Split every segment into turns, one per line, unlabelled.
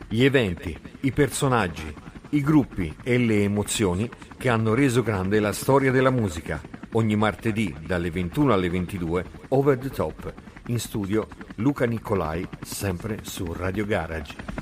Gli eventi, i personaggi, i gruppi e le emozioni che hanno reso grande la storia della musica. Ogni martedì dalle 21 alle 22, Over the Top. In studio Luca Nicolai, sempre su Radio Garage.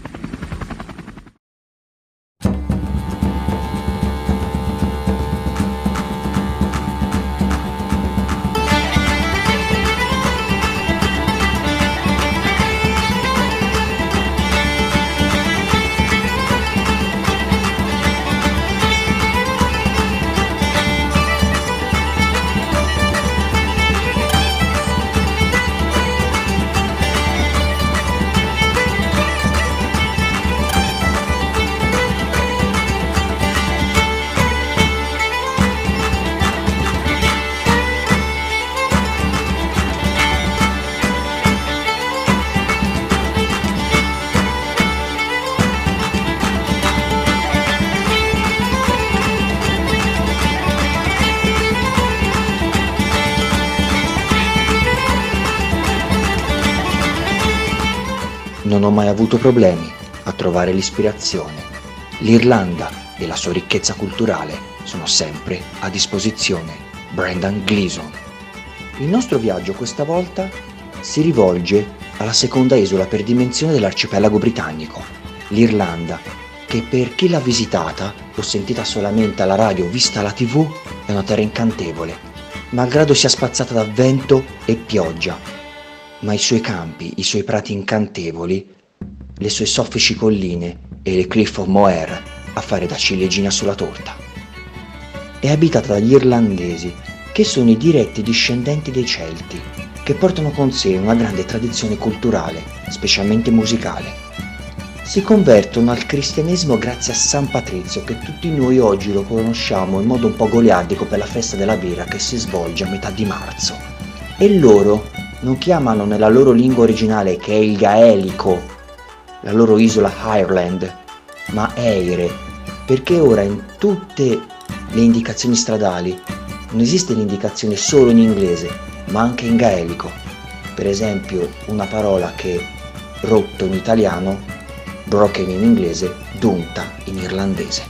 Non ho mai avuto problemi a trovare l'ispirazione. L'Irlanda e la sua ricchezza culturale sono sempre a disposizione. Brendan Gleeson. Il nostro viaggio questa volta si rivolge alla seconda isola per dimensione dell'arcipelago britannico, l'Irlanda, che per chi l'ha visitata o sentita solamente alla radio o vista alla TV è una terra incantevole, malgrado sia spazzata da vento e pioggia. Ma i suoi campi, i suoi prati incantevoli, le sue soffici colline e le Cliff of Moher a fare da ciliegina sulla torta. È abitata dagli irlandesi, che sono i diretti discendenti dei Celti, che portano con sé una grande tradizione culturale, specialmente musicale. Si convertono al cristianesimo grazie a San Patrizio, che tutti noi oggi lo conosciamo in modo un po' goliardico per la festa della birra che si svolge a metà di marzo. E loro non chiamano nella loro lingua originale, che è il gaelico, la loro isola Ireland, ma Eire, perché ora in tutte le indicazioni stradali non esiste l'indicazione solo in inglese, ma anche in gaelico. Per esempio una parola che rotto in italiano, broken in inglese, dunta in irlandese.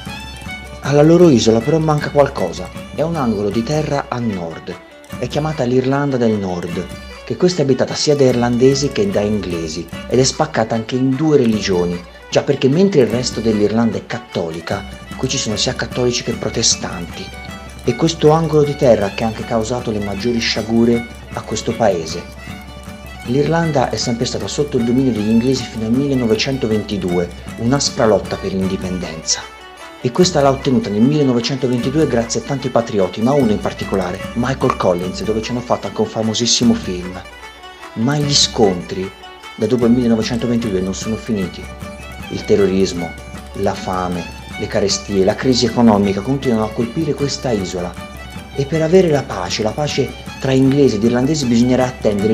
Alla loro isola però manca qualcosa, è un angolo di terra a nord. È chiamata l'Irlanda del Nord, che questa è abitata sia da irlandesi che da inglesi ed è spaccata anche in due religioni, già perché mentre il resto dell'Irlanda è cattolica, qui ci sono sia cattolici che protestanti. E questo angolo di terra che ha anche causato le maggiori sciagure a questo paese. L'Irlanda è sempre stata sotto il dominio degli inglesi fino al 1922, un'aspra lotta per l'indipendenza. E questa l'ha ottenuta nel 1922 grazie a tanti patrioti, ma uno in particolare, Michael Collins, dove ci hanno fatto anche un famosissimo film. Ma gli scontri da dopo il 1922 non sono finiti. Il terrorismo, la fame, le carestie, la crisi economica continuano a colpire questa isola. E per avere la pace tra inglesi ed irlandesi bisognerà attendere il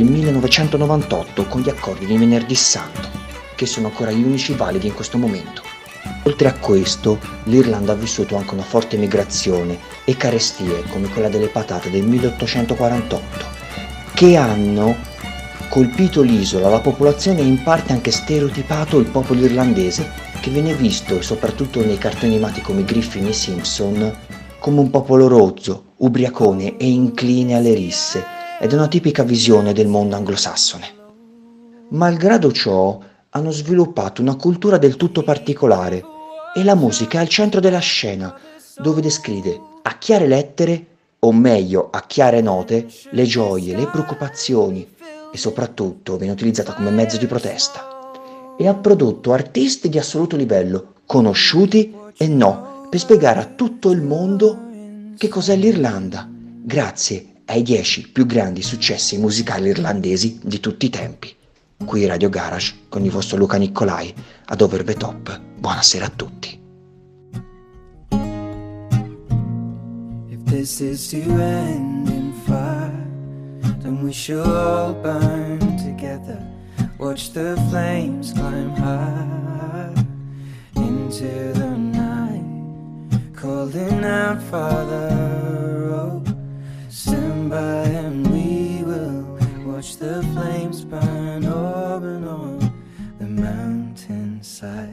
1998 con gli accordi di Venerdì Santo, che sono ancora gli unici validi in questo momento. Oltre a questo, l'Irlanda ha vissuto anche una forte migrazione e carestie come quella delle patate del 1848, che hanno colpito l'isola, la popolazione e in parte anche stereotipato il popolo irlandese, che viene visto, soprattutto nei cartoni animati come Griffin e Simpson, come un popolo rozzo, ubriacone e incline alle risse, ed è una tipica visione del mondo anglosassone. Malgrado ciò, hanno sviluppato una cultura del tutto particolare e la musica è al centro della scena, dove descrive a chiare lettere, o meglio a chiare note, le gioie, le preoccupazioni e soprattutto viene utilizzata come mezzo di protesta. E ha prodotto artisti di assoluto livello, conosciuti e no, per spiegare a tutto il mondo che cos'è l'Irlanda, grazie ai 10 più grandi successi musicali irlandesi di tutti i tempi. Qui Radio Garage con il vostro Luca Nicolai ad Over the Top. Buonasera a tutti.
If this is to end in fire, then we shall all burn together. Watch the flames climb high into the night, calling out, Father, oh, stand by and we will watch the flames burn over on the mountainside.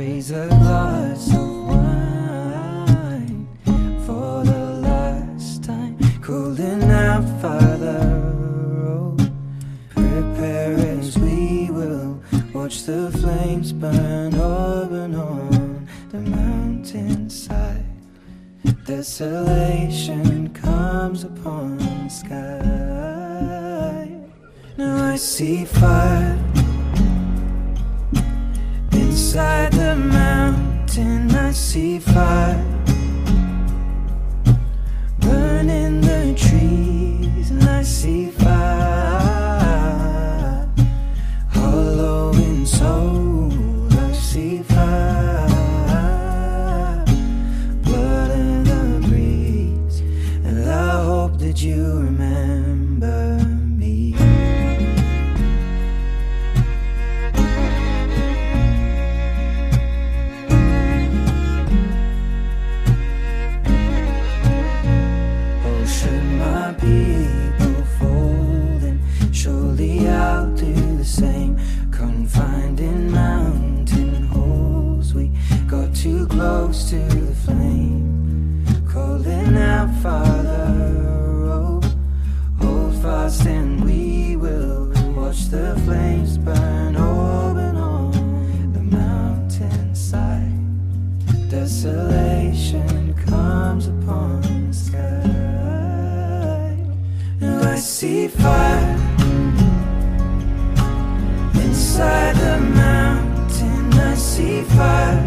raise a glass of wine for the last time, cooling out Father Road. Prepare as we will watch the flames burn open on the mountainside. Desolation comes upon the sky. Now I see fire inside the mountain. I see fire burning the trees, and I see fire hollow in soul. I see fire, blood in the breeze, and I hope that you remember me. Oh, should my people fold, and surely I'll do the same. Confined in mountain holes, we got too close to the flame. Calling out, Father, oh, hold fast and we will watch the flames burn open on the mountainside. Desolation comes upon the sky. Now I see fire inside the mountain. I see fire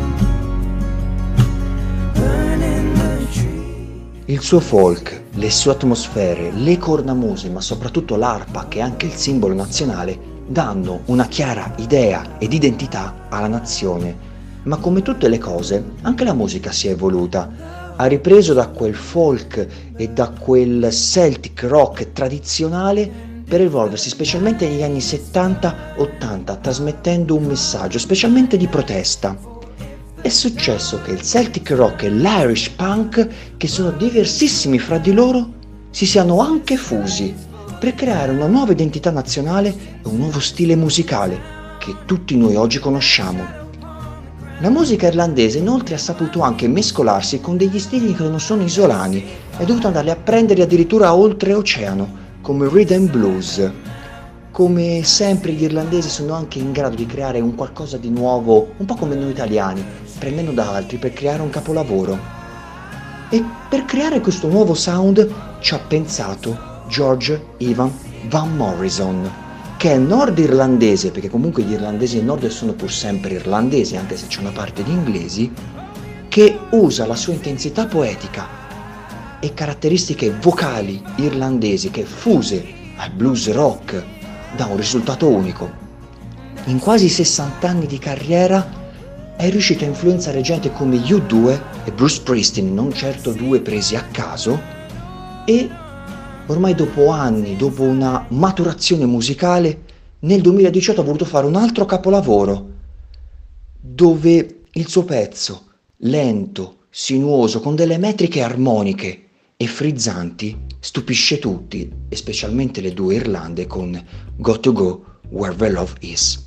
burning the tree.
Il suo folk, le sue atmosfere, le cornamuse, ma soprattutto l'arpa, che è anche il simbolo nazionale, danno una chiara idea ed identità alla nazione. Ma come tutte le cose, anche la musica si è evoluta. Ha ripreso da quel folk e da quel Celtic rock tradizionale per evolversi specialmente negli anni 70-80, trasmettendo un messaggio specialmente di protesta. È successo che il Celtic rock e l'Irish punk, che sono diversissimi fra di loro, si siano anche fusi per creare una nuova identità nazionale e un nuovo stile musicale che tutti noi oggi conosciamo. La musica irlandese inoltre ha saputo anche mescolarsi con degli stili che non sono isolani, è dovuto andarli a prendere addirittura oltreoceano, come rhythm blues. Come sempre gli irlandesi sono anche in grado di creare un qualcosa di nuovo, un po' come noi italiani, prendendo da altri per creare un capolavoro. E per creare questo nuovo sound ci ha pensato George Evan Van Morrison, che è nord-irlandese, perché comunque gli irlandesi del nord sono pur sempre irlandesi, anche se c'è una parte di inglesi, che usa la sua intensità poetica e caratteristiche vocali irlandesi che fuse al blues rock dà un risultato unico. In quasi 60 anni di carriera è riuscito a influenzare gente come U2 e Bruce Springsteen, non certo due presi a caso, e ormai dopo anni, dopo una maturazione musicale, nel 2018 ha voluto fare un altro capolavoro, dove il suo pezzo, lento, sinuoso, con delle metriche armoniche e frizzanti, stupisce tutti, e specialmente le due Irlande con Got to Go Where the Love Is.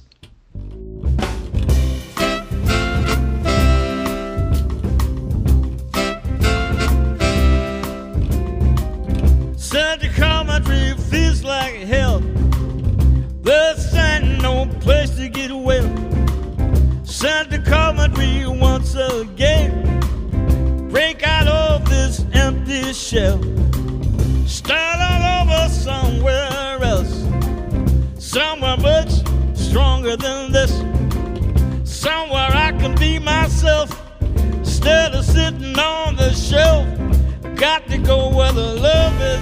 Such a country feels like hell. There's no place to get well. Such a country once again. Break out of this empty shell. Start all over somewhere else. Somewhere much stronger than this. Somewhere I can be myself instead of sitting on the shelf. Got to go where the love is.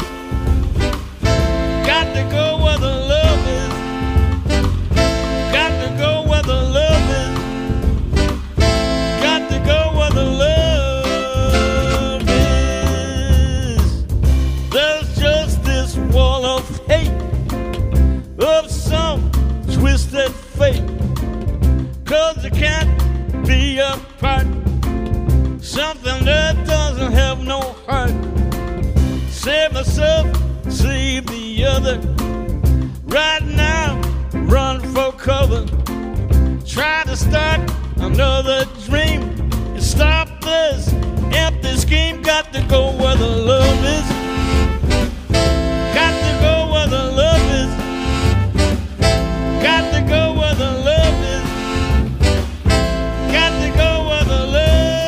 Got to go where the love is. Got to go where the love is. Got to go where the love is. There's just this wall of hate, of some twisted fate. 'Cause it can't be apart. Something that doesn't have no heart. Save myself, save the other. Right now, run for cover. Try to start a another dream and stop this empty scheme. Got to go where the love is. Got to go where the love is. Got to go where the love is. Got to go where the love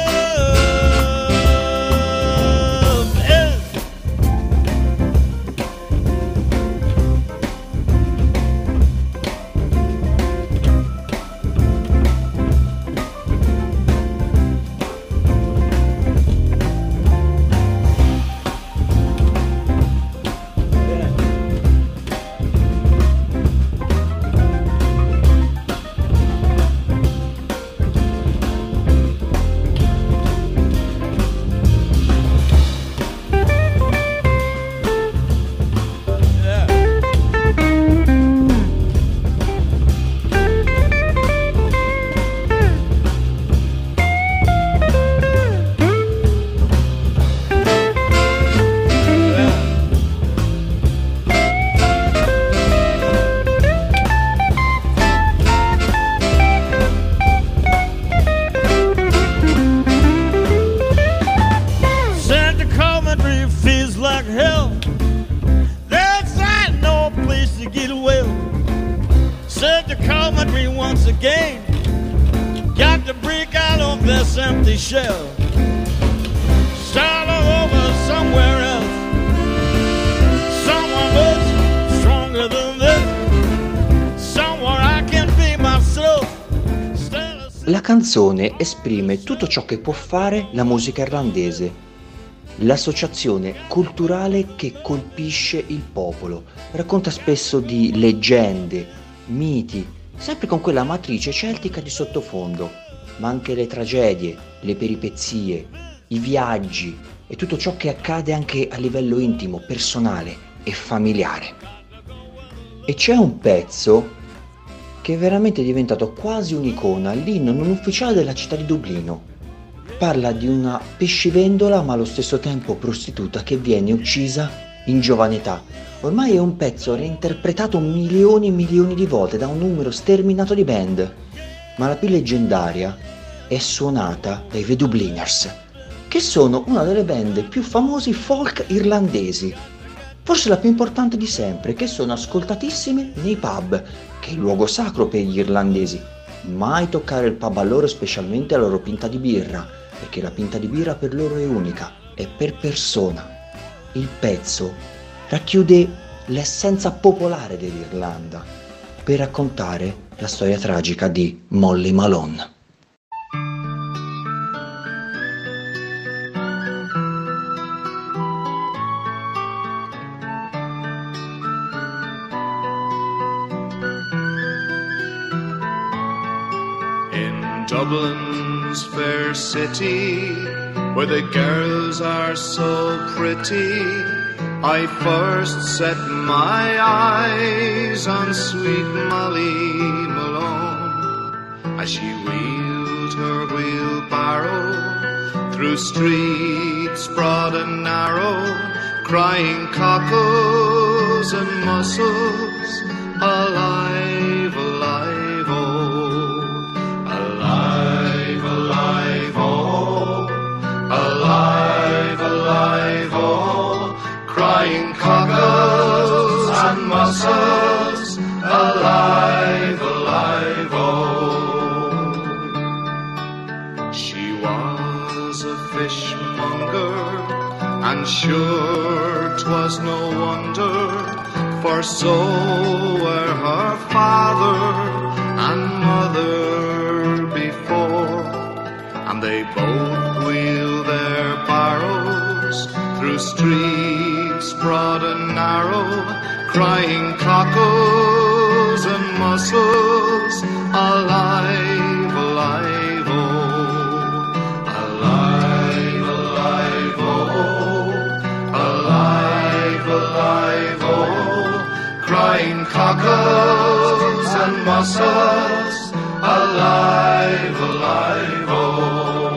is. Santa Coventry feels like hell. There's no place to get away. Santa Coventry once again got to break out of this empty shell. Start all over somewhere else. Somewhere much stronger than this. Somewhere I can be myself.
La canzone esprime tutto ciò che può fare la musica irlandese, l'associazione culturale che colpisce il popolo. Racconta spesso di leggende, miti, sempre con quella matrice celtica di sottofondo, ma anche le tragedie, le peripezie, i viaggi e tutto ciò che accade anche a livello intimo, personale e familiare. E c'è un pezzo che è veramente diventato quasi un'icona, l'inno non ufficiale della città di Dublino. Parla di una pescivendola ma allo stesso tempo prostituta che viene uccisa in giovane età. Ormai è un pezzo reinterpretato milioni e milioni di volte da un numero sterminato di band, ma la più leggendaria è suonata dai The Dubliners, che sono una delle band più famosi folk irlandesi, forse la più importante di sempre, che sono ascoltatissime nei pub, che è il luogo sacro per gli irlandesi. Mai toccare il pub a loro, specialmente la loro pinta di birra, perché la pinta di birra per loro è unica, è per persona. Il pezzo racchiude l'essenza popolare dell'Irlanda per raccontare la storia tragica di Molly Malone.
Dublin's fair city, where the girls are so pretty, I first set my eyes on sweet Molly Malone, as she wheeled her wheelbarrow through streets broad and narrow, crying cockles and mussels, alive, alive, oh. Alive, alive, oh, alive, alive, oh, crying cockles and mussels, alive, alive, oh. She was a fishmonger, and sure 'twas no wonder, for so were her father and mother before, and they both wheeled their barrows through streets broad and narrow, crying cockles and mussels, alive, alive, oh, alive, alive, oh, alive, alive, oh, crying cockles and mussels, alive, alive, oh.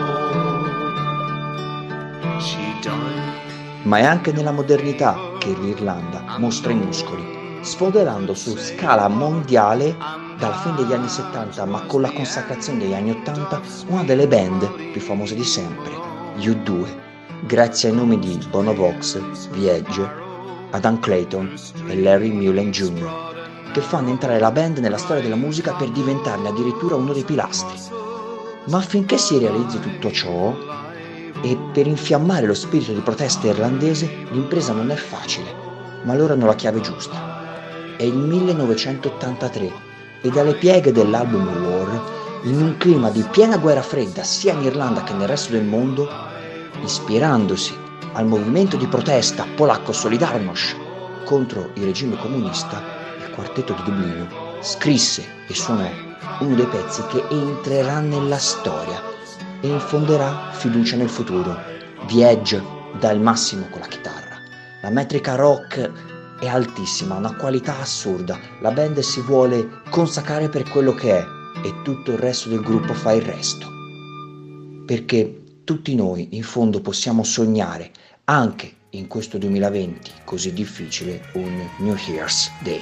She died.
Ma è anche nella modernità che l'Irlanda mostra i muscoli, sfoderando su scala mondiale dalla fine degli anni 70, ma con la consacrazione degli anni 80, una delle band più famose di sempre, U2, grazie ai nomi di Bono Vox, The Edge, Adam Clayton e Larry Mullen Jr., che fanno entrare la band nella storia della musica per diventarne addirittura uno dei pilastri. Ma affinché si realizzi tutto ciò, e per infiammare lo spirito di protesta irlandese, l'impresa non è facile, ma loro hanno la chiave giusta. È il 1983 e dalle pieghe dell'album War, in un clima di piena guerra fredda sia in Irlanda che nel resto del mondo, ispirandosi al movimento di protesta polacco Solidarność contro il regime comunista, il quartetto di Dublino scrisse e suonò uno dei pezzi che entrerà nella storia e infonderà fiducia nel futuro. The Edge dà il massimo con la chitarra, la metrica rock è altissima, una qualità assurda, la band si vuole consacrare per quello che è e tutto il resto del gruppo fa il resto. Perché tutti noi in fondo possiamo sognare, anche in questo 2020 così difficile, un New Year's Day.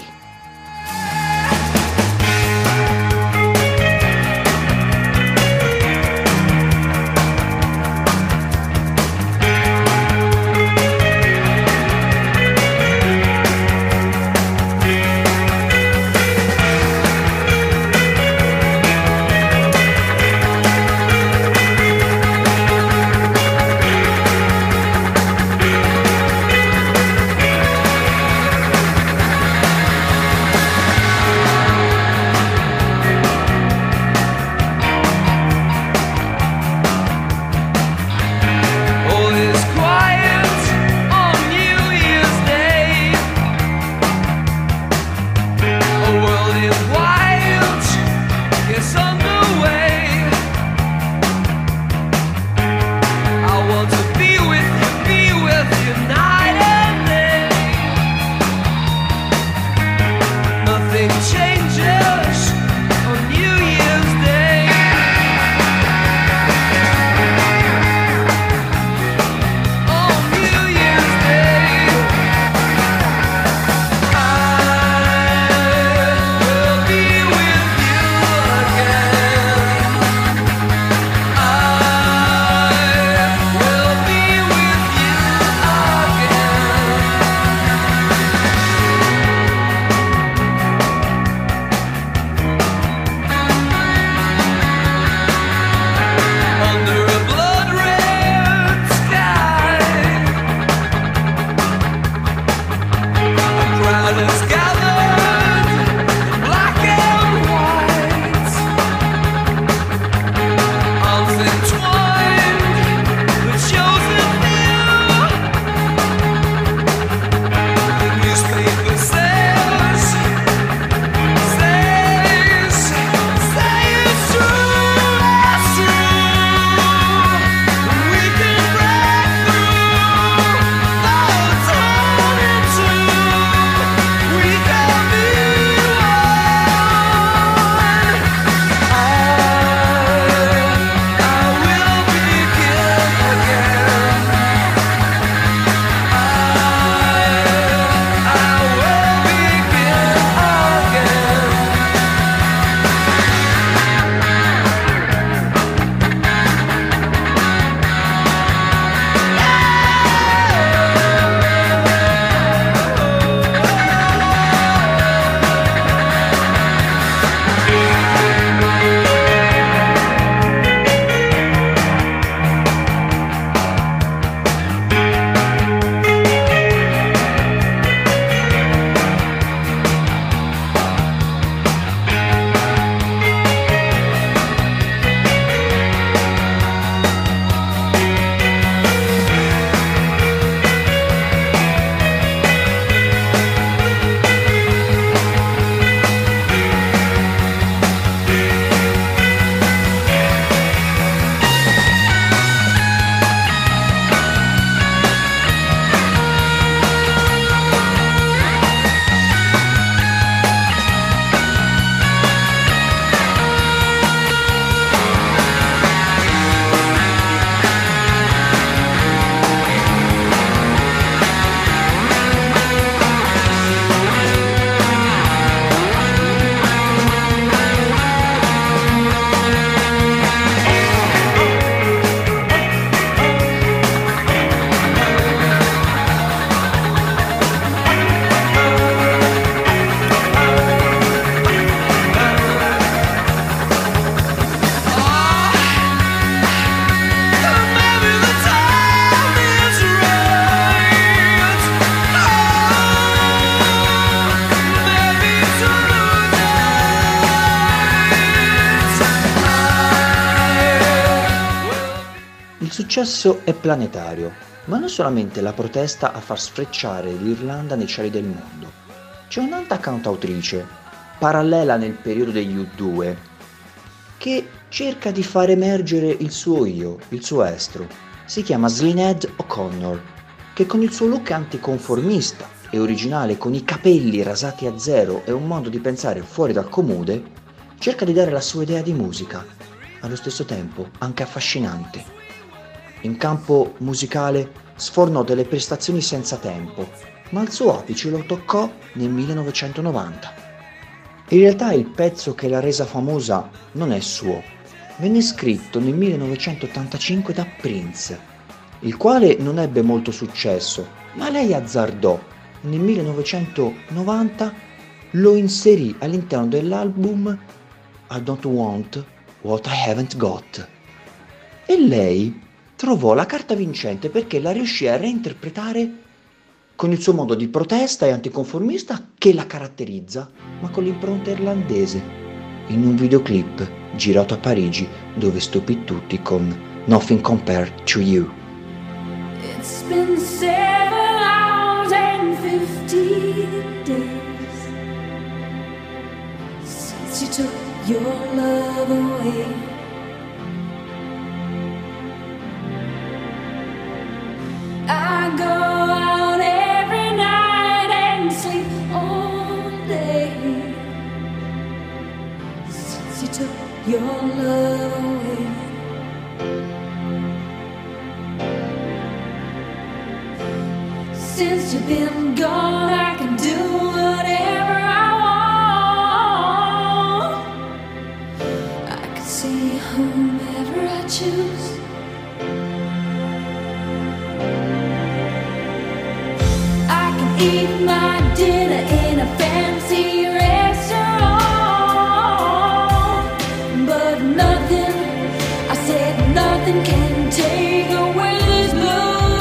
successo è planetario, ma non solamente la protesta a far sfrecciare l'Irlanda nei cieli del mondo. C'è un'altra cantautrice, parallela nel periodo degli U2, che cerca di far emergere il suo io, il suo estro. Si chiama Sinead O'Connor, che con il suo look anticonformista e originale, con i capelli rasati a zero e un modo di pensare fuori dal comune, cerca di dare la sua idea di musica, allo stesso tempo anche affascinante. In campo musicale sfornò delle prestazioni senza tempo, ma il suo apice lo toccò nel 1990. In realtà il pezzo che l'ha resa famosa non è suo, venne scritto nel 1985 da Prince, il quale non ebbe molto successo, ma lei azzardò. Nel 1990 lo inserì all'interno dell'album I Don't Want What I Haven't Got. E lei trovò la carta vincente perché la riuscì a reinterpretare con il suo modo di protesta e anticonformista che la caratterizza, ma con l'impronta irlandese, in un videoclip girato a Parigi dove stupì tutti con Nothing Compared to You.
It's been 7 hours and 15 days since you took your love away. I go out every night and sleep all day since you took your love away. Since you've been gone, I can do whatever I want. I can see whomever I choose. I can eat my dinner in a fancy restaurant, but nothing, I said nothing can take away this blues.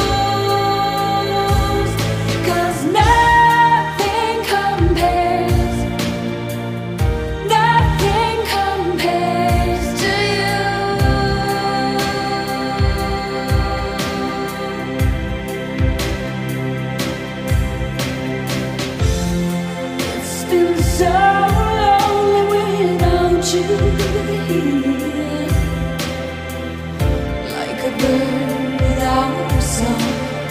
So lonely without you here, like a bird without a song.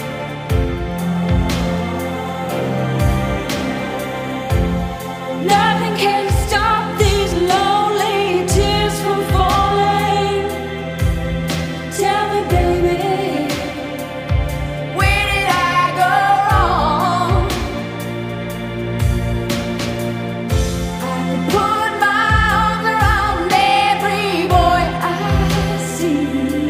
Nothing can stop these lonely tears from falling. Tell me, baby, where did I go wrong? Put my arms around every boy I see.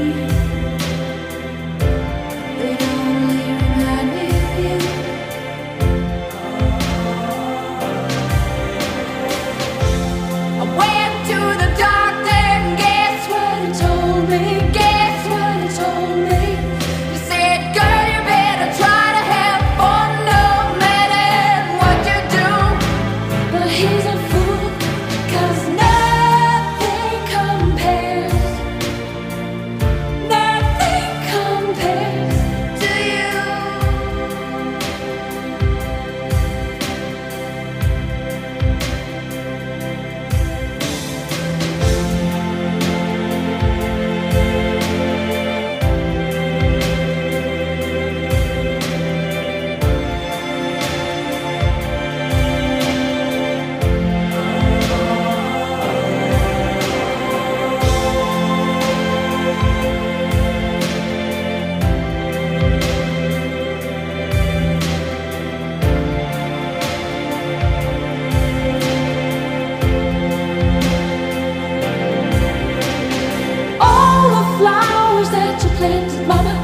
They only remind me of you. I went to the doctor and guess what he told me? Guess what he told me? He said, girl, you better try to have fun no matter what you do. But he's a fool, 'cause nothing compares to you. All the flowers that you planted, mama,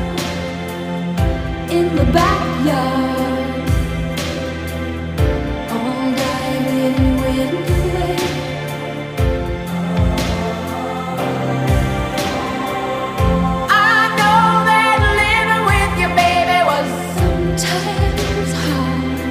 in the backyard, all died when you went away. I know that living with your baby was sometimes hard,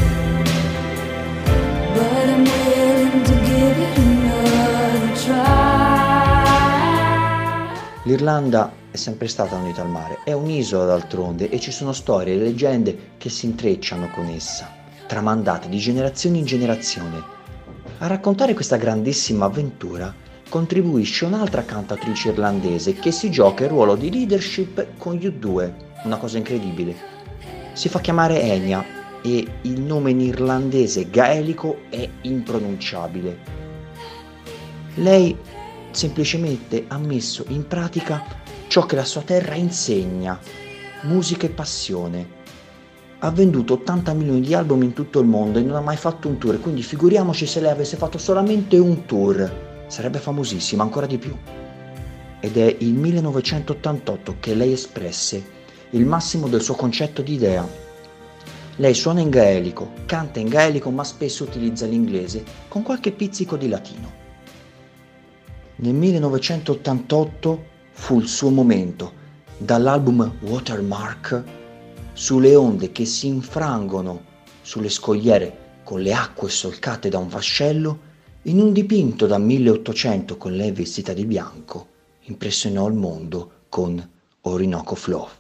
but I'm willing to give it another try.
L'Irlanda è sempre stata unita al mare, è un'isola d'altronde e ci sono storie e leggende che si intrecciano con essa, tramandate di generazione in generazione. A raccontare questa grandissima avventura contribuisce un'altra cantatrice irlandese che si gioca il ruolo di leadership con gli U2, una cosa incredibile. Si fa chiamare Enya e il nome in irlandese gaelico è impronunciabile. Lei semplicemente ha messo in pratica ciò che la sua terra insegna, musica e passione. Ha venduto 80 milioni di album in tutto il mondo e non ha mai fatto un tour, quindi figuriamoci se lei avesse fatto solamente un tour. Sarebbe famosissima ancora di più. Ed è il 1988 che lei espresse il massimo del suo concetto di idea. Lei suona in gaelico, canta in gaelico, ma spesso utilizza l'inglese con qualche pizzico di latino. Nel 1988 fu il suo momento, dall'album Watermark, sulle onde che si infrangono sulle scogliere con le acque solcate da un vascello, in un dipinto da 1800 con lei vestita di bianco, impressionò il mondo con Orinoco Flow.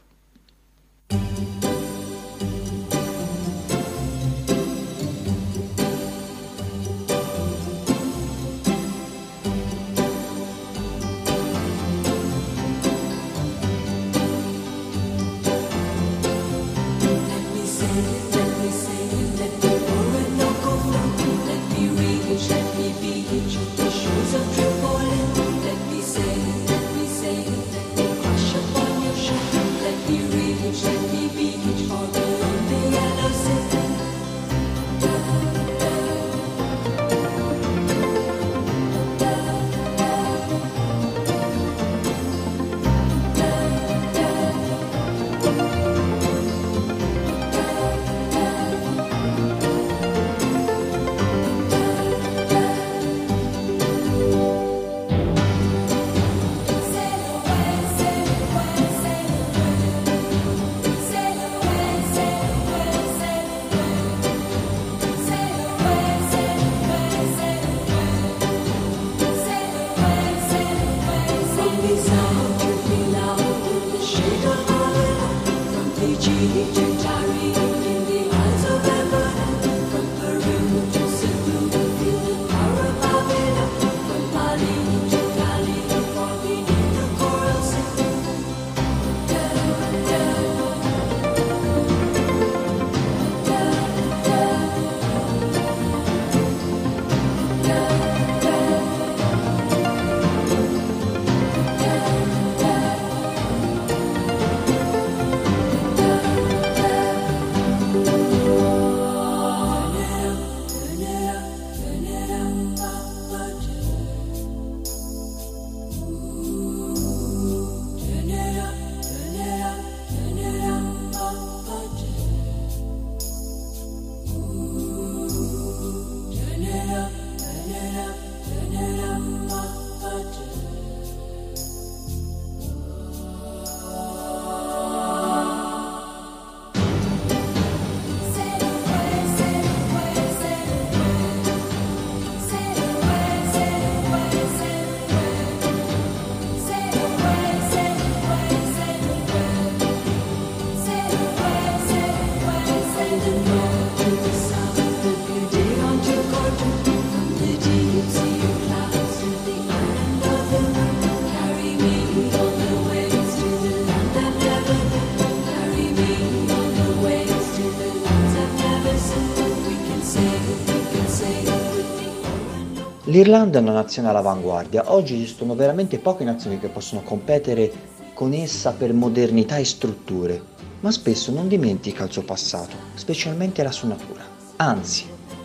L'Irlanda è una nazione all'avanguardia, oggi esistono veramente poche nazioni che possono competere con essa per modernità e strutture, ma spesso non dimentica il suo passato, specialmente la sua natura. Anzi,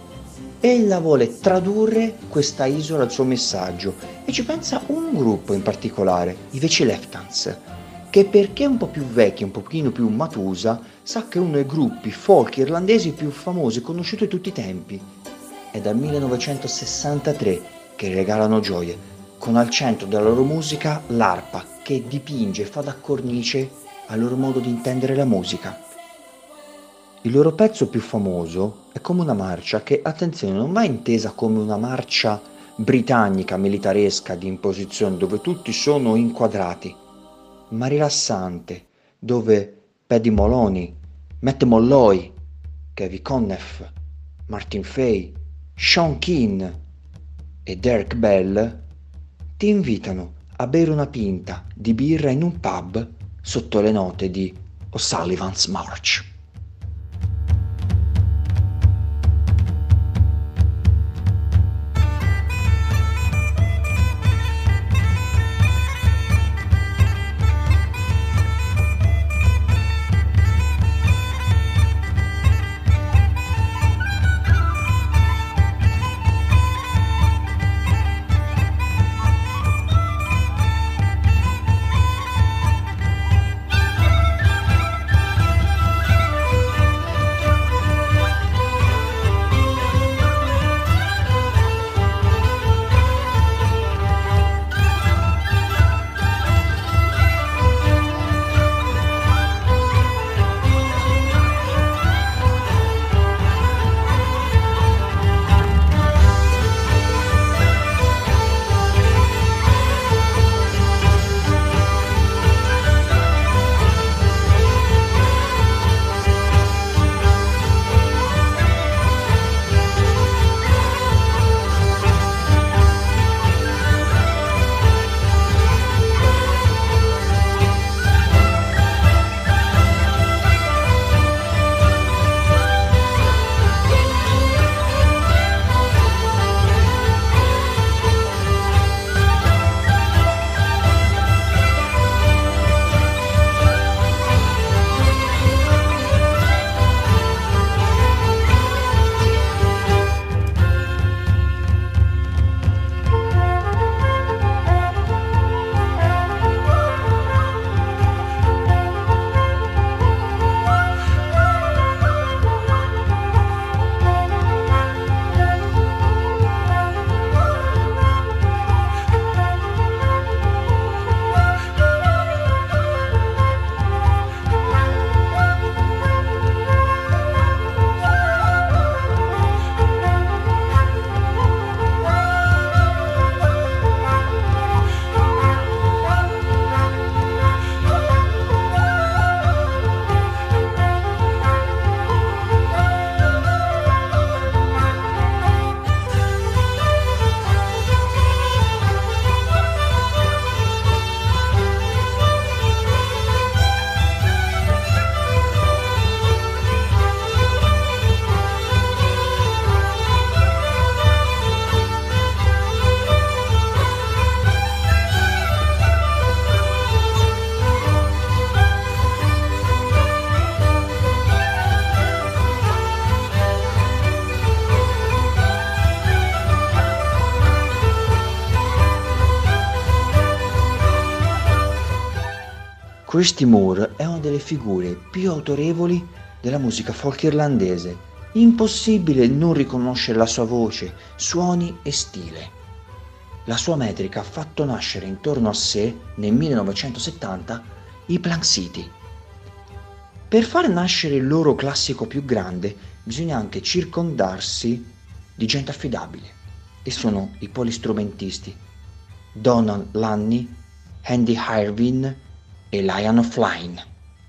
ella vuole tradurre questa isola al suo messaggio e ci pensa un gruppo in particolare, i Veci Leftones, che perché è un po' più vecchio, un pochino più matusa, sa che è uno dei gruppi folk irlandesi più famosi e conosciuti di tutti i tempi. È dal 1963 che regalano gioie, con al centro della loro musica l'arpa che dipinge e fa da cornice al loro modo di intendere la musica. Il loro pezzo più famoso è Come una marcia che, attenzione, non va intesa come una marcia britannica militaresca di imposizione dove tutti sono inquadrati, ma rilassante, dove Paddy Moloney, Matt Molloy, Kevin Conneff, Martin Fay, Sean Keane e Derek Bell ti invitano a bere una pinta di birra in un pub sotto le note di O'Sullivan's March. Christy Moore è una delle figure più autorevoli della musica folk irlandese. Impossibile non riconoscere la sua voce, suoni e stile. La sua metrica ha fatto nascere intorno a sé, nel 1970, i Plank City. Per far nascere il loro classico più grande, bisogna anche circondarsi di gente affidabile, e sono i polistrumentisti Donald Lanney, Andy Irvine e Lion Flynn.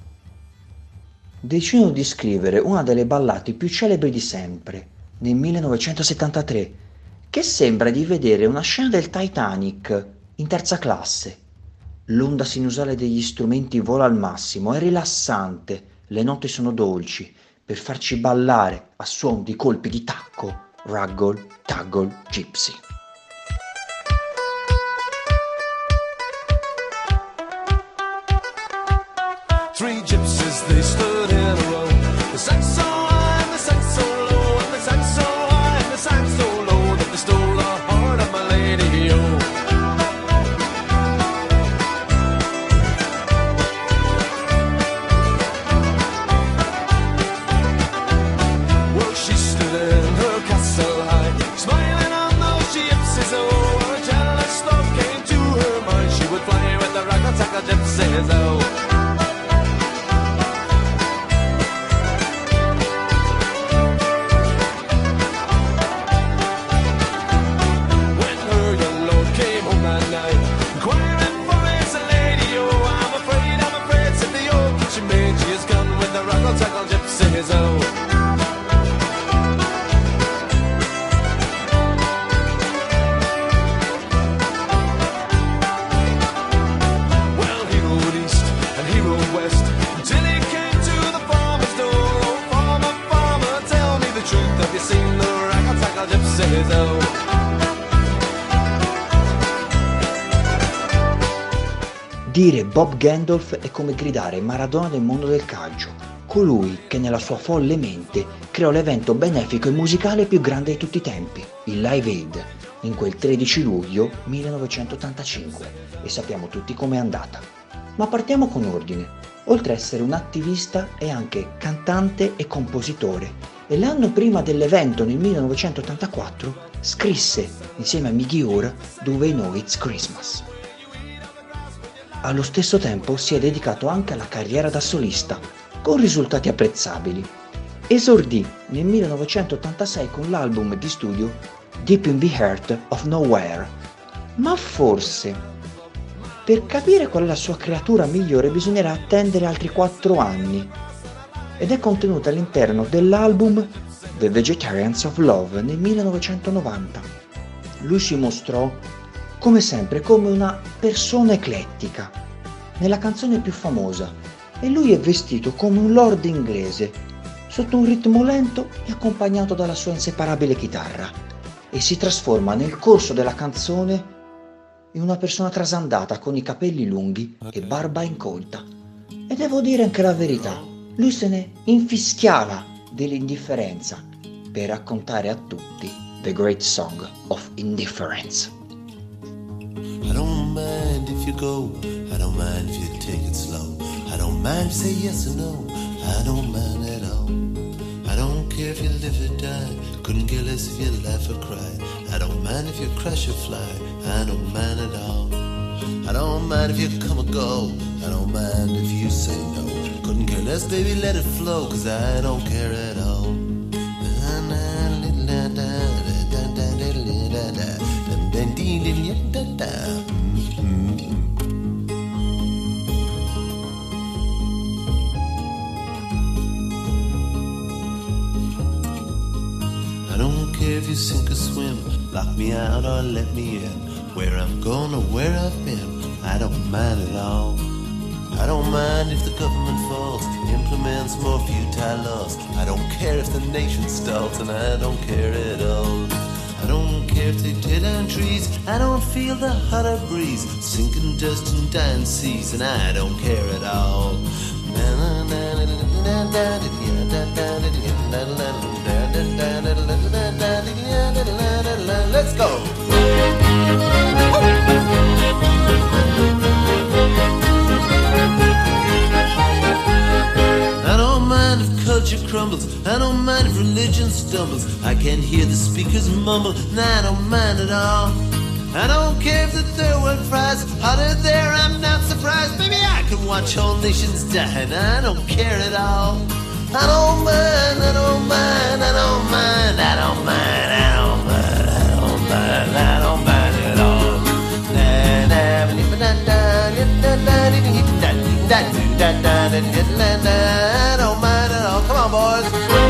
Decidono di scrivere una delle ballate più celebri di sempre, nel 1973, che sembra di vedere una scena del Titanic in terza classe. L'onda sinusale degli strumenti vola al massimo, è rilassante, le note sono dolci, per farci ballare a suon di colpi di tacco, raggle, taggle, gypsy.
Three gypsies, they stood in a row. They sang so high and they sang so low, and they sang so high and they sang so low that they stole the heart of my lady, oh. Well, she stood in her castle high, smiling on those gypsies, oh. A jealous thought came to her mind, she would fly with the raggle-taggle gypsies, oh. so. Well, he rode east and he rode west until he came to the farmer's door. Oh, farmer, farmer, tell me the truth. Have you seen the ragga-tagga gypsies? Oh.
Dire Bob Geldof è come gridare Maradona del mondo del calcio, colui che nella sua folle mente creò l'evento benefico e musicale più grande di tutti i tempi, il Live Aid, in quel 13 luglio 1985, e sappiamo tutti com'è andata. Ma partiamo con ordine. Oltre ad essere un attivista è anche cantante e compositore, e l'anno prima dell'evento, nel 1984, scrisse insieme a Miggy Ure Do They Know It's Christmas. Allo stesso tempo si è dedicato anche alla carriera da solista, con risultati apprezzabili. Esordì nel 1986 con l'album di studio Deep in the Heart of Nowhere, ma forse per capire qual è la sua creatura migliore bisognerà attendere altri 4 anni, ed è contenuta all'interno dell'album The Vegetarians of Love nel 1990. Lui si mostrò come sempre come una persona eclettica nella canzone più famosa, e lui è vestito come un lord inglese sotto un ritmo lento e accompagnato dalla sua inseparabile chitarra, e si trasforma nel corso della canzone in una persona trasandata con i capelli lunghi e barba incolta. E devo dire anche la verità, lui se ne infischiava dell'indifferenza per raccontare a tutti The Great Song of Indifference.
I don't mind if you go, I don't mind if you take it slow, I don't mind if you say yes or no, I don't mind at all. I don't care if you live or die, couldn't care less if you laugh or cry, I don't mind if you crash or fly, I don't mind at all. I don't mind if you come or go, I don't mind if you say no, couldn't care less, baby, let it flow, cause I don't care at all. I don't care if you sink or swim, lock me out or let me in, where I'm going or where I've been, I don't mind at all. I don't mind if the government falls, implements more futile laws, I don't care if the nation stalls, and I don't care at all. I don't care if they tear down trees, I don't feel the hotter breeze, sinking dust and dying seas, and I don't care at all. Let's go! I don't mind if culture crumbles, I don't mind if religion stumbles, I can hear the speakers mumble, and I don't mind at all. I don't care if the third world fries hotter there, I'm not surprised, maybe I can watch whole nations die, and I don't care at all. I don't mind, I don't mind, I don't mind, I don't mind, I don't mind, I don't mind, I don't mind at all. I don't mind at all. Come on, boys.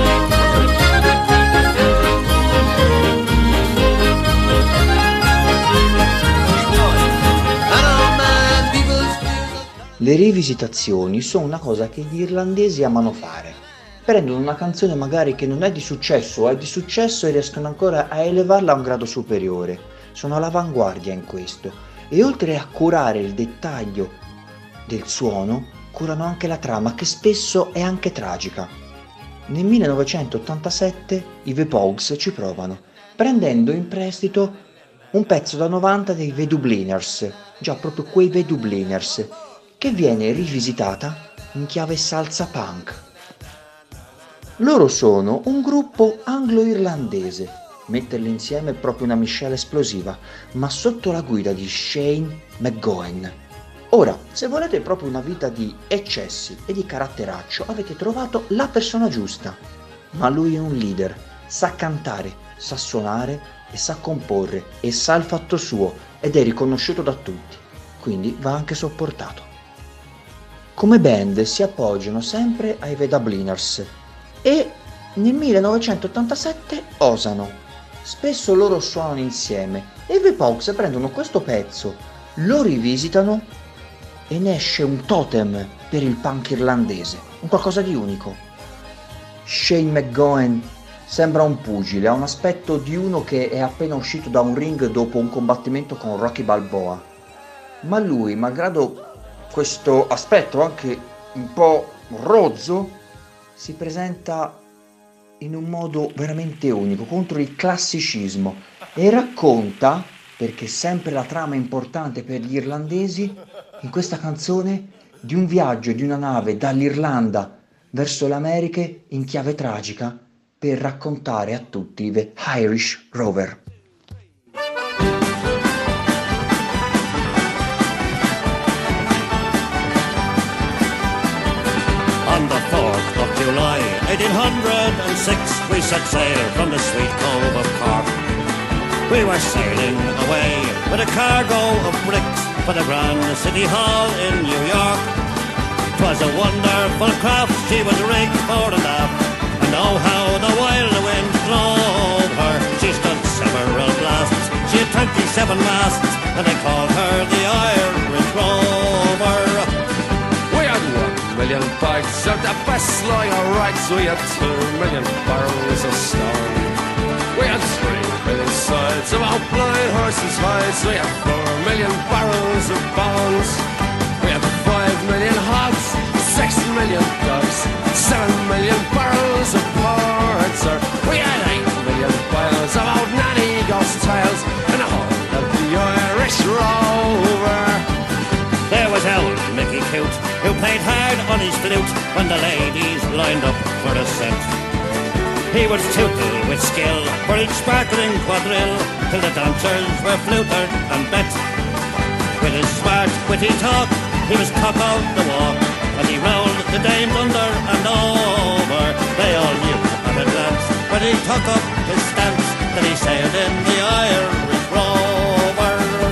Le rivisitazioni sono una cosa che gli irlandesi amano fare. Prendono una canzone magari che non è di successo o è di successo e riescono ancora a elevarla a un grado superiore. Sono all'avanguardia in questo, e oltre a curare il dettaglio del suono, curano anche la trama, che spesso è anche tragica. Nel 1987 i The Pogues ci provano, prendendo in prestito un pezzo da 90 dei The Dubliners, già proprio quei The Dubliners, che viene rivisitata in chiave salsa punk. Loro sono un gruppo anglo-irlandese, metterli insieme è proprio una miscela esplosiva, ma sotto la guida di Shane McGowan. Ora, se volete proprio una vita di eccessi e di caratteraccio, avete trovato la persona giusta. Ma lui è un leader, sa cantare, sa suonare e sa comporre e sa il fatto suo, ed è riconosciuto da tutti, quindi va anche sopportato. Come band si appoggiano sempre ai The Dubliners, e nel 1987 osano. Spesso loro suonano insieme e i Pogues prendono questo pezzo, lo rivisitano e ne esce un totem per il punk irlandese, un qualcosa di unico. Shane MacGowan sembra un pugile, ha un aspetto di uno che è appena uscito da un ring dopo un combattimento con Rocky Balboa, ma lui, malgrado questo aspetto anche un po' rozzo, si presenta in un modo veramente unico, contro il classicismo, e racconta, perché sempre la trama è importante per gli irlandesi, in questa canzone di un viaggio di una nave dall'Irlanda verso le Americhe in chiave tragica per raccontare a tutti The Irish Rover.
On the 4th of July, 1806, we set sail from the sweet cove of Cork. We were sailing away with a cargo of bricks for the Grand City Hall in New York. 'Twas a wonderful craft, she was rigged fore and aft, and oh how the wild wind drove her. She stood several blasts, she had 27 masts, and they called her the Irish Rover.
We had 1 million bags of the best line of rights. We had 2 million barrels of stone. We had 3 million sides of our blind horses' hides. We had 4 million barrels of bones. We had 5 million hogs, 6 million dogs, 7 million barrels of porter. We had 8 million bales of old nanny ghost tales, and the whole of the Irish Rover.
There was old Mickey Coote, who played hard on his flute when the ladies lined up for a scent. He would tootle with skill for each sparkling quadrille, till the dancers were flutered and bet. With his smart, witty talk, he was cock of the walk, and he rolled the dames under and over. They all knew at a glance when he took up his stance that he sailed in the Irish Rover.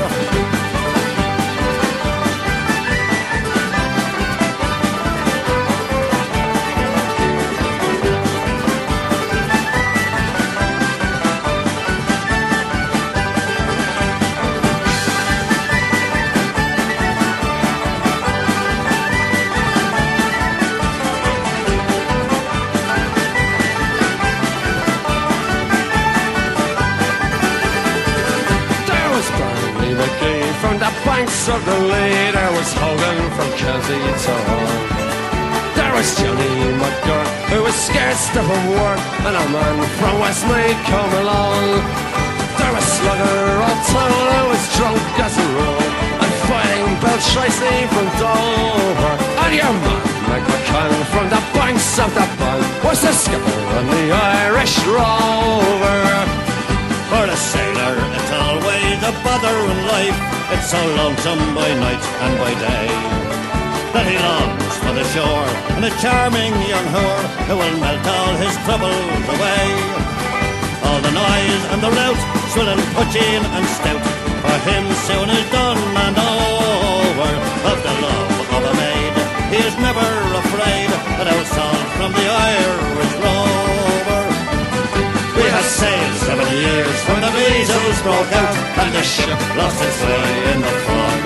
From the banks of the Lee, there was Hogan from Kelsey to Hull. There was Johnny McGurk, who was scared stiff of work, and a man from Westmeath come along. There was Slugger O'Toole, who was drunk as a rule, and fighting Bill Tracy from Dover. And your man, Mike McCann, from the banks of the Bank, was the skipper on the Irish Rover.
For a sailor, it's always a bother in life. It's so lonesome by night and by day that he longs for the shore and a charming young whore who will melt all his troubles away. All the noise and the rout, swilling, putching and stout, for him soon is done and over. Of the love of a maid, he is never afraid that I was sold from the Irish Rover. We have sailed 7 years when the measles broke out and the ship lost its way in the fog.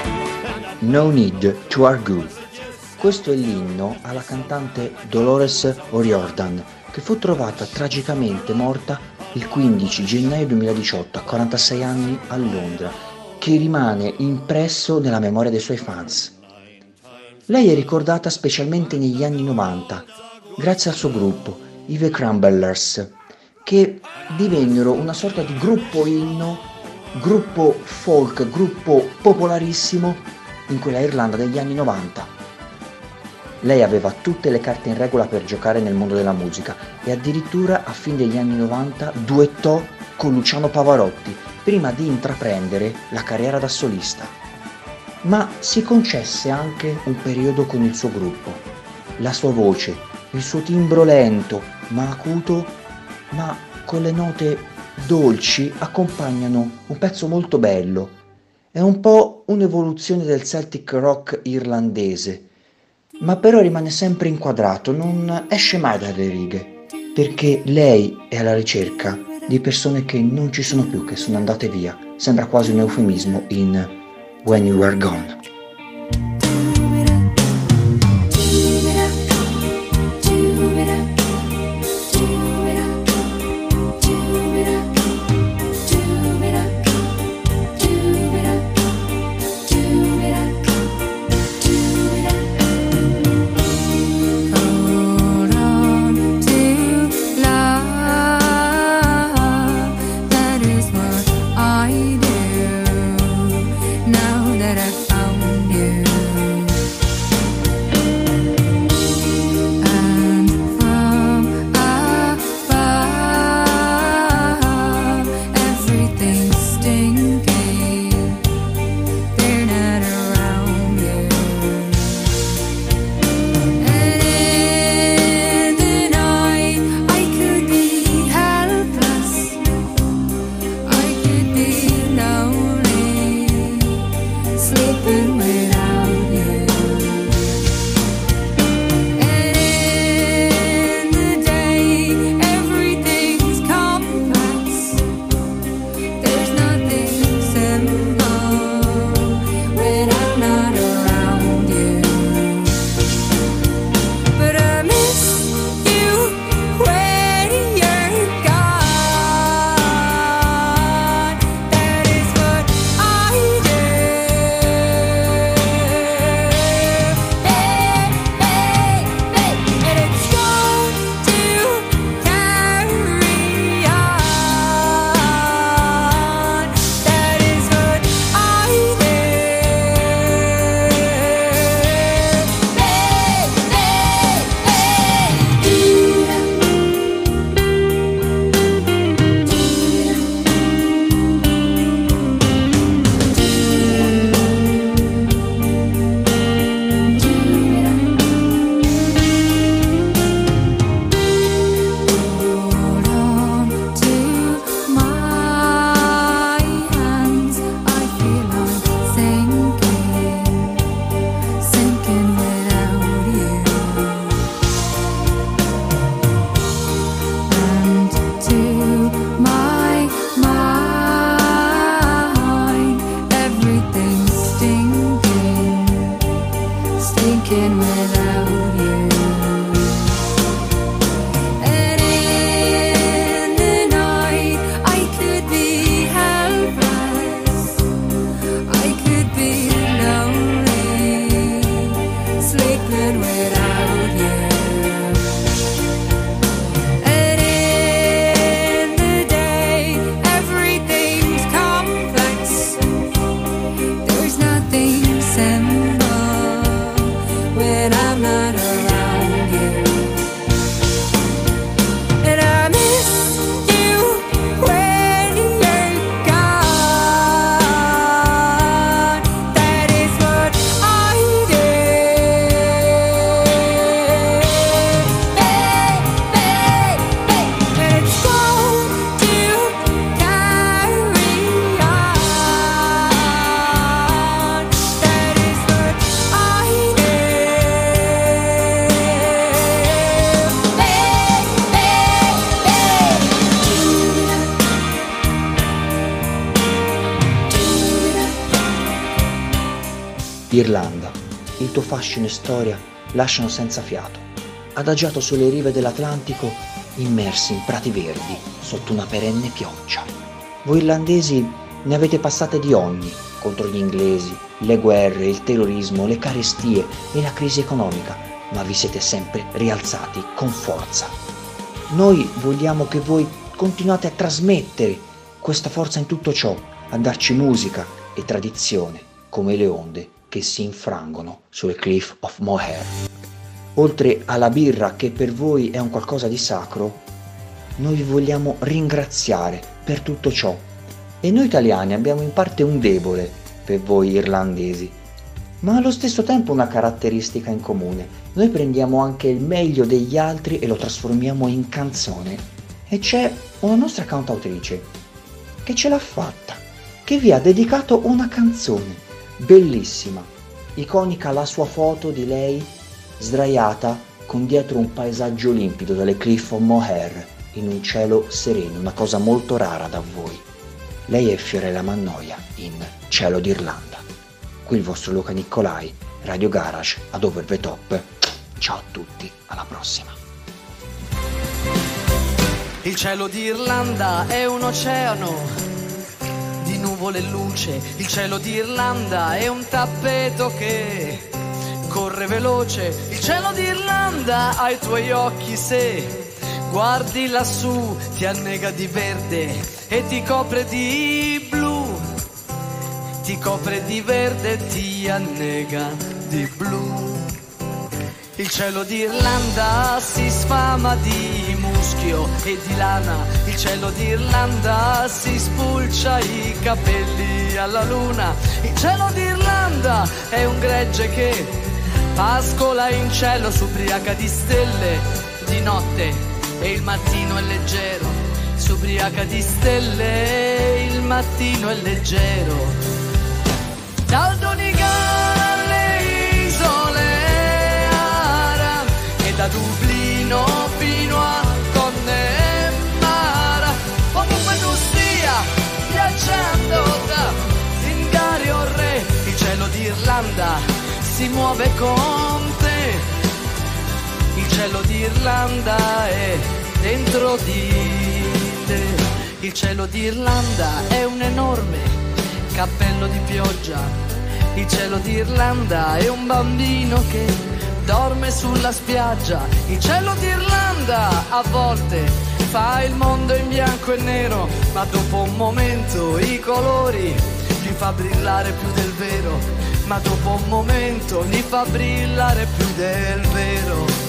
No Need to Argue. Questo è l'inno alla cantante Dolores O'Riordan, che fu trovata tragicamente morta il 15 gennaio 2018 a 46 anni a Londra, che rimane impresso nella memoria dei suoi fans. Lei è ricordata specialmente negli anni 90, grazie al suo gruppo, i The Crumblers, che divennero una sorta di gruppo inno, gruppo folk, gruppo popolarissimo in quella Irlanda degli anni 90. Lei aveva tutte le carte in regola per giocare nel mondo della musica e addirittura a fine degli anni 90 duettò con Luciano Pavarotti prima di intraprendere la carriera da solista. Ma si concesse anche un periodo con il suo gruppo. La sua voce, il suo timbro lento ma acuto, ma con le note dolci, accompagnano un pezzo molto bello. È un po' un'evoluzione del Celtic rock irlandese, ma però rimane sempre inquadrato, non esce mai dalle righe, perché lei è alla ricerca di persone che non ci sono più, che sono andate via. Sembra quasi un eufemismo in When You Were Gone. Irlanda, il tuo fascino e storia lasciano senza fiato. Adagiato sulle rive dell'Atlantico, immersi in prati verdi sotto una perenne pioggia. Voi irlandesi ne avete passate di ogni contro gli inglesi, le guerre, il terrorismo, le carestie e la crisi economica, ma vi siete sempre rialzati con forza. Noi vogliamo che voi continuate a trasmettere questa forza in tutto ciò, a darci musica e tradizione come le onde che si infrangono sulle Cliff of Moher. Oltre alla birra, che per voi è un qualcosa di sacro, noi vi vogliamo ringraziare per tutto ciò. E noi italiani abbiamo in parte un debole per voi irlandesi, ma allo stesso tempo una caratteristica in comune. Noi prendiamo anche il meglio degli altri e lo trasformiamo in canzone. E c'è una nostra cantautrice che ce l'ha fatta, che vi ha dedicato una canzone bellissima, iconica la sua foto di lei sdraiata con dietro un paesaggio limpido dalle Cliff of Moher in un cielo sereno, una cosa molto rara da voi. Lei è Fiorella Mannoia in Cielo d'Irlanda. Qui il vostro Luca Nicolai, Radio Garage ad Over the Top. Ciao a tutti, alla prossima.
Il cielo d'Irlanda è un oceano di nuvole e luce. Il cielo d'Irlanda è un tappeto che corre veloce. Il cielo d'Irlanda ha i tuoi occhi, se guardi lassù ti annega di verde e ti copre di blu. Ti copre di verde e ti annega di blu. Il cielo d'Irlanda si sfama di muschio e di lana. Il cielo d'Irlanda si spulcia i capelli alla luna. Il cielo d'Irlanda è un gregge che pascola in cielo, s'ubriaca di stelle di notte e il mattino è leggero. S'ubriaca di stelle e il mattino è leggero. Dal Donegal alle isole da Dublino fino a Connemara, ovunque tu stia viaggiando da Zingari o Re, il cielo d'Irlanda si muove con te. Il cielo d'Irlanda è dentro di te. Il cielo d'Irlanda è un enorme cappello di pioggia. Il cielo d'Irlanda è un bambino che dorme sulla spiaggia. Il cielo d'Irlanda a volte fa il mondo in bianco e nero, ma dopo un momento i colori li fa brillare più del vero. Ma dopo un momento li fa brillare più del vero.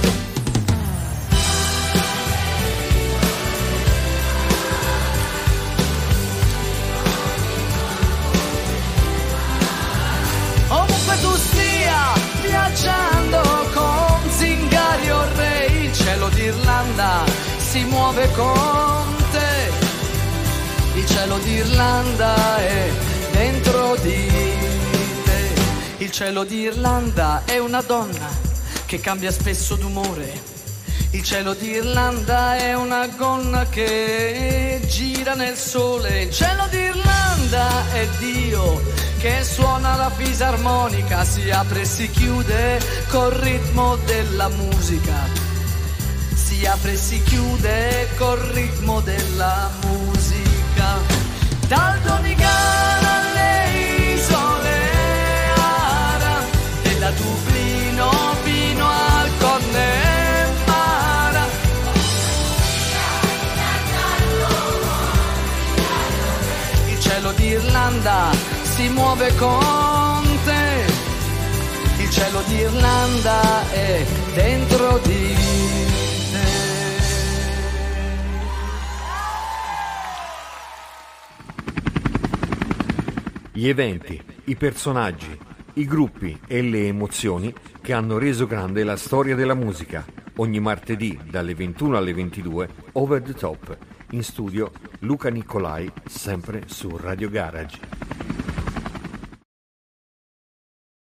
Ovunque tu stia viaggiando con Zingari o Re, il cielo d'Irlanda si muove con te. Il cielo d'Irlanda è dentro di te. Il cielo d'Irlanda è una donna che cambia spesso d'umore. Il cielo d'Irlanda è una gonna che gira nel sole. Il cielo d'Irlanda è Dio che suona la fisarmonica, si apre e si chiude col ritmo della musica. Si apre e si chiude col ritmo della musica. Dal Donegal alle isole Aran e da Dublino fino al Connemara. Il cielo d'Irlanda si muove con te. Il cielo d'Irlanda è dentro di te.
Gli eventi, i personaggi, i gruppi e le emozioni che hanno reso grande la storia della musica. Ogni martedì dalle 21 alle 22, Over the Top. In studio Luca Nicolai, sempre su Radio Garage.